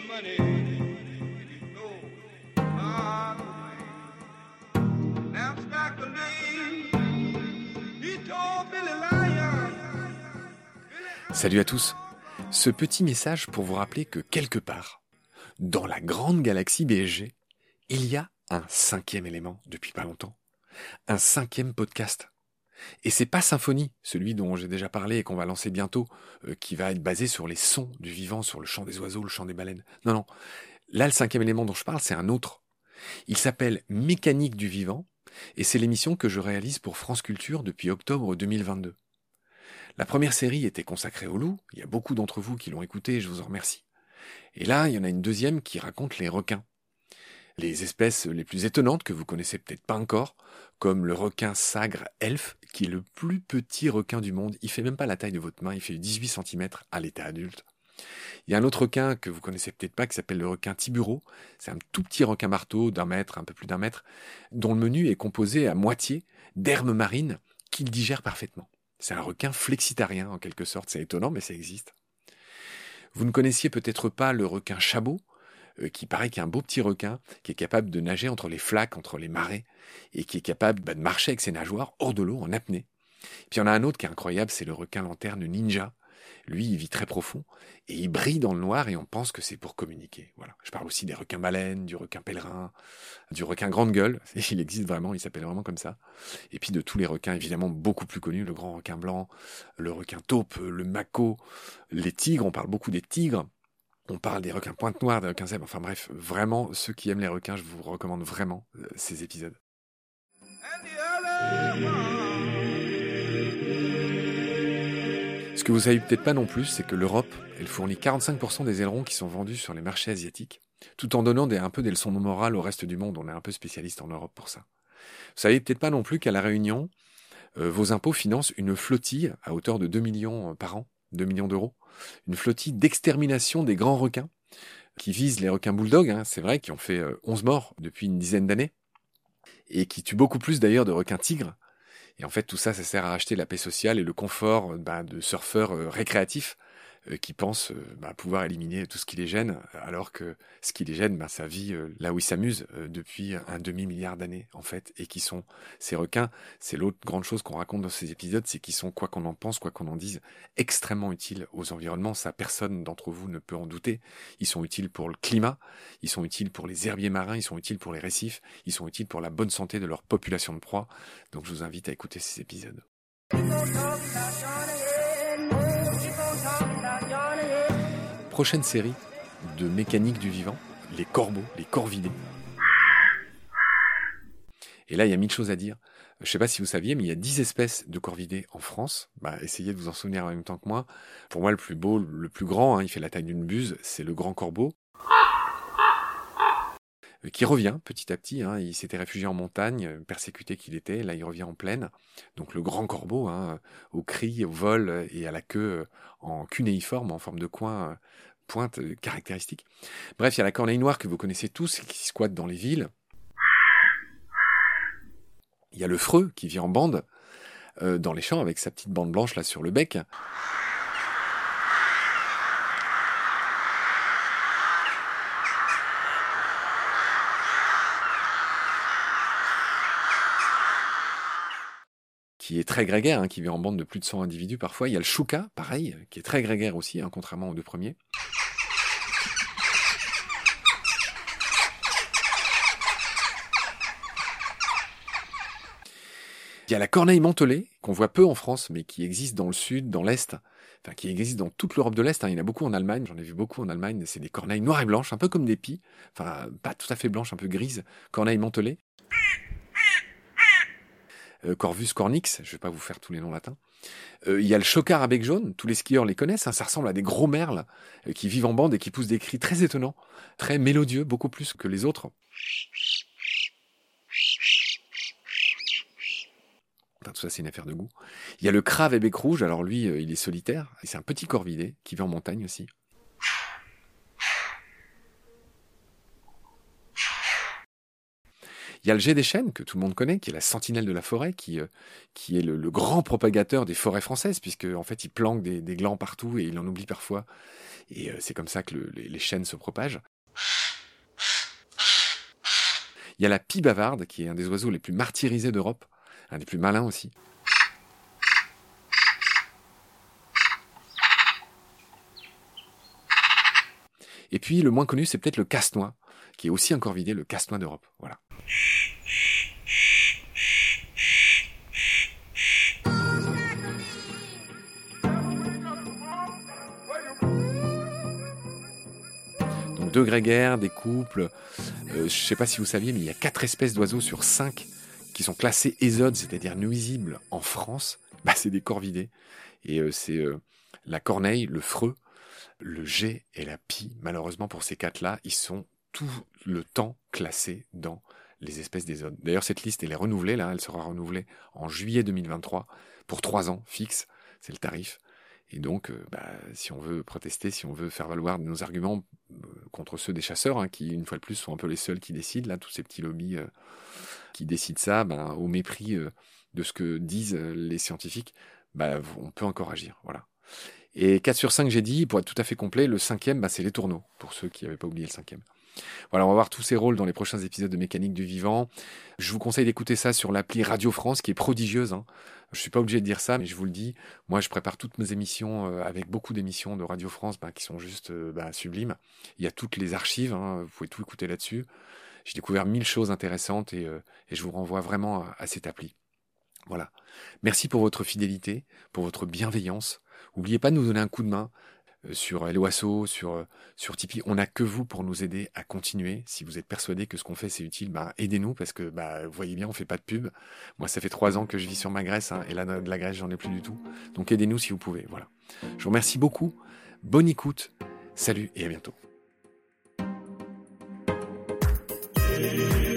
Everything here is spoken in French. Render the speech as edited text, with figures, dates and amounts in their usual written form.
money, you go far away. Now Sparkling, he told Billy Lion. Salut à tous. Ce petit message pour vous rappeler que quelque part, dans la grande galaxie BSG, il y a un 5e élément depuis pas longtemps. Un 5e podcast. Et c'est pas Symphonie, celui dont j'ai déjà parlé et qu'on va lancer bientôt, qui va être basé sur les sons du vivant, sur le chant des oiseaux, le chant des baleines. Non. Là, le 5e élément dont je parle, c'est un autre. Il s'appelle Mécanique du vivant, et c'est l'émission que je réalise pour France Culture depuis octobre 2022. La première série était consacrée aux loups, il y a beaucoup d'entre vous qui l'ont écoutée et je vous en remercie. Et là, il y en a une deuxième qui raconte les requins. Les espèces les plus étonnantes que vous connaissez peut-être pas encore, comme le requin sagre elfe, qui est le plus petit requin du monde. Il fait même pas la taille de votre main, il fait 18 cm à l'état adulte. Il y a un autre requin que vous connaissez peut-être pas, qui s'appelle le requin tiburo. C'est un tout petit requin marteau d'1 mètre, un peu plus d'1 mètre, dont le menu est composé à moitié d'herbes marines qu'il digère parfaitement. C'est un requin flexitarien en quelque sorte, c'est étonnant mais ça existe. Vous ne connaissiez peut-être pas le requin chabot, qui paraît qu'il y a un beau petit requin qui est capable de nager entre les flaques, entre les marais, et qui est capable de marcher avec ses nageoires hors de l'eau en apnée. Puis il y en a un autre qui est incroyable, c'est le requin lanterne ninja. Lui, il vit très profond, et il brille dans le noir, et on pense que c'est pour communiquer. Voilà. Je parle aussi des requins baleines, du requin pèlerin, du requin grande gueule, il existe vraiment, il s'appelle vraiment comme ça. Et puis de tous les requins, évidemment, beaucoup plus connus, le grand requin blanc, le requin taupe, le mako, les tigres, on parle beaucoup des tigres. On parle des requins pointe noire, des requins zèbres, enfin bref, vraiment, ceux qui aiment les requins, je vous recommande vraiment ces épisodes. Ce que vous savez peut-être pas non plus, c'est que l'Europe, elle fournit 45% des ailerons qui sont vendus sur les marchés asiatiques, tout en donnant un peu des leçons de morale au reste du monde. On est un peu spécialiste en Europe pour ça. Vous savez peut-être pas non plus qu'à La Réunion, vos impôts financent une flottille à hauteur de 2 millions par an, 2 millions d'euros, une flottille d'extermination des grands requins, qui visent les requins bulldogs, c'est vrai, qui ont fait 11 morts depuis une dizaine d'années, et qui tuent beaucoup plus d'ailleurs de requins tigres. Et en fait, tout ça, ça sert à acheter la paix sociale et le confort de surfeurs récréatifs qui pensent pouvoir éliminer tout ce qui les gêne, alors que ce qui les gêne, ça vit là où ils s'amusent depuis un demi-milliard d'années, en fait, et qui sont ces requins. C'est l'autre grande chose qu'on raconte dans ces épisodes, c'est qu'ils sont, quoi qu'on en pense, quoi qu'on en dise, extrêmement utiles aux environnements. Ça, personne d'entre vous ne peut en douter. Ils sont utiles pour le climat, ils sont utiles pour les herbiers marins, ils sont utiles pour les récifs, ils sont utiles pour la bonne santé de leur population de proie. Donc je vous invite à écouter ces épisodes. Prochaine série de mécanique du vivant, les corbeaux, les corvidés. Et là, il y a 1000 choses à dire. Je ne sais pas si vous saviez, mais il y a 10 espèces de corvidés en France. Essayez de vous en souvenir en même temps que moi. Pour moi, le plus beau, le plus grand, il fait la taille d'une buse, c'est le grand corbeau. Qui revient petit à petit, il s'était réfugié en montagne, persécuté qu'il était, là il revient en plaine. Donc le grand corbeau, au cri, au vol et à la queue en cunéiforme, en forme de coin, pointe caractéristique. Bref, il y a la corneille noire que vous connaissez tous, qui squatte dans les villes. Il y a le freux qui vit en bande, dans les champs, avec sa petite bande blanche là sur le bec. Qui est très grégaire, qui vit en bande de plus de 100 individus parfois. Il y a le chouka, pareil, qui est très grégaire aussi, contrairement aux deux premiers. Il y a la corneille mantelée, qu'on voit peu en France, mais qui existe dans le sud, dans l'est, enfin qui existe dans toute l'Europe de l'Est. Il y en a beaucoup en Allemagne, j'en ai vu beaucoup en Allemagne. C'est des corneilles noires et blanches, un peu comme des pies, enfin pas tout à fait blanches, un peu grises, corneilles mantelées. Corvus cornix, je ne vais pas vous faire tous les noms latins. Il y a le chocard à bec jaune, tous les skieurs les connaissent, ça ressemble à des gros merles qui vivent en bande et qui poussent des cris très étonnants, très mélodieux, beaucoup plus que les autres. Enfin, tout ça, c'est une affaire de goût. Il y a le crave à bec rouge, alors lui, il est solitaire, et c'est un petit corvidé qui vit en montagne aussi. Il Il y a le jet des chênes, que tout le monde connaît, qui est la sentinelle de la forêt, qui est le grand propagateur des forêts françaises, puisque en fait, il planque des glands partout et il en oublie parfois. Et c'est comme ça que les chênes se propagent. Il y a la pie bavarde, qui est un des oiseaux les plus martyrisés d'Europe, un des plus malins aussi. Et puis, le moins connu, c'est peut-être le casse-noix, qui est aussi un corvidé, le casse-noix d'Europe. Voilà. Donc, deux grégaires, des couples. Je ne sais pas si vous saviez, mais il y a 4 espèces d'oiseaux sur 5 qui sont classés ésodes, c'est-à-dire nuisibles en France. C'est des corvidés. Et c'est la corneille, le freux, le jet et la pie. Malheureusement, pour ces 4-là, ils sont tout le temps classés dans les espèces d'ésodes. D'ailleurs, cette liste, elle est renouvelée, là. Elle sera renouvelée en juillet 2023 pour 3 ans, fixe. C'est le tarif. Et donc, si on veut protester, si on veut faire valoir nos arguments contre ceux des chasseurs, qui, une fois de plus, sont un peu les seuls qui décident, là, tous ces petits lobbies qui décident ça, au mépris de ce que disent les scientifiques, on peut encore agir, voilà. Et 4 sur 5, j'ai dit, pour être tout à fait complet, le 5e, c'est les tourneaux, pour ceux qui n'avaient pas oublié le 5e. Voilà, on va voir tous ces rôles dans les prochains épisodes de Mécanique du Vivant. Je vous conseille d'écouter ça sur l'appli Radio France, qui est prodigieuse. Je suis pas obligé de dire ça, mais je vous le dis. Moi, je prépare toutes mes émissions avec beaucoup d'émissions de Radio France qui sont juste sublimes. Il y a toutes les archives, vous pouvez tout écouter là-dessus. J'ai découvert 1000 choses intéressantes et je vous renvoie vraiment à cette appli. Voilà. Merci pour votre fidélité, pour votre bienveillance. N'oubliez pas de nous donner un coup de main sur Helloasso, sur Tipeee. On n'a que vous pour nous aider à continuer. Si vous êtes persuadé que ce qu'on fait c'est utile, aidez-nous parce que vous voyez bien, on fait pas de pub. Moi, ça fait 3 ans que je vis sur ma graisse et là, de la graisse, j'en ai plus du tout. Donc aidez-nous si vous pouvez. Voilà. Je vous remercie beaucoup. Bonne écoute. Salut et à bientôt.